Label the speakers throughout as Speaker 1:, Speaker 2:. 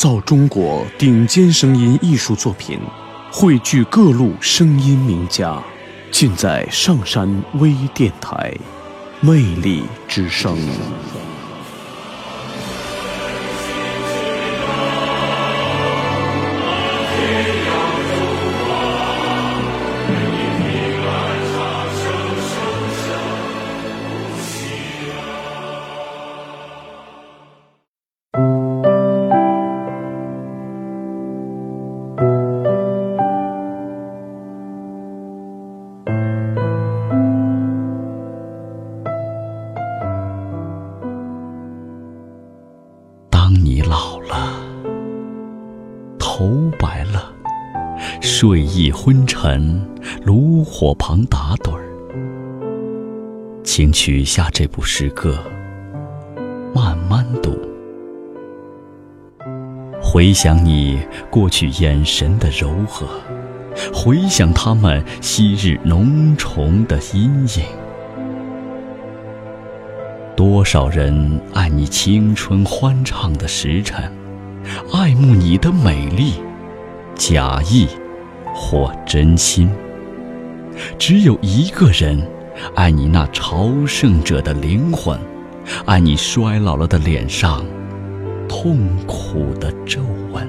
Speaker 1: 造中国顶尖声音艺术作品，汇聚各路声音名家，尽在上山微电台，魅力之声。
Speaker 2: 当你老了，头白了，睡意昏沉，炉火旁打盹儿，请取下这部诗歌，慢慢读，回想你过去眼神的柔和，回想他们昔日浓重的阴影。多少人爱你青春欢畅的时辰，爱慕你的美丽，假意或真心。只有一个人爱你那朝圣者的灵魂，爱你衰老了的脸上痛苦的皱纹。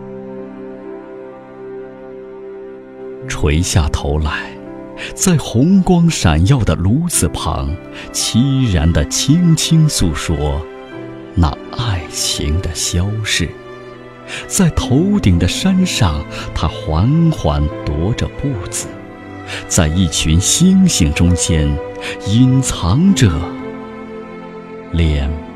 Speaker 2: 垂下头来，在红光闪耀的炉子旁，凄然地轻轻诉说那爱情的消逝。在头顶的山上，他缓缓踱着步子，在一群星星中间隐藏着脸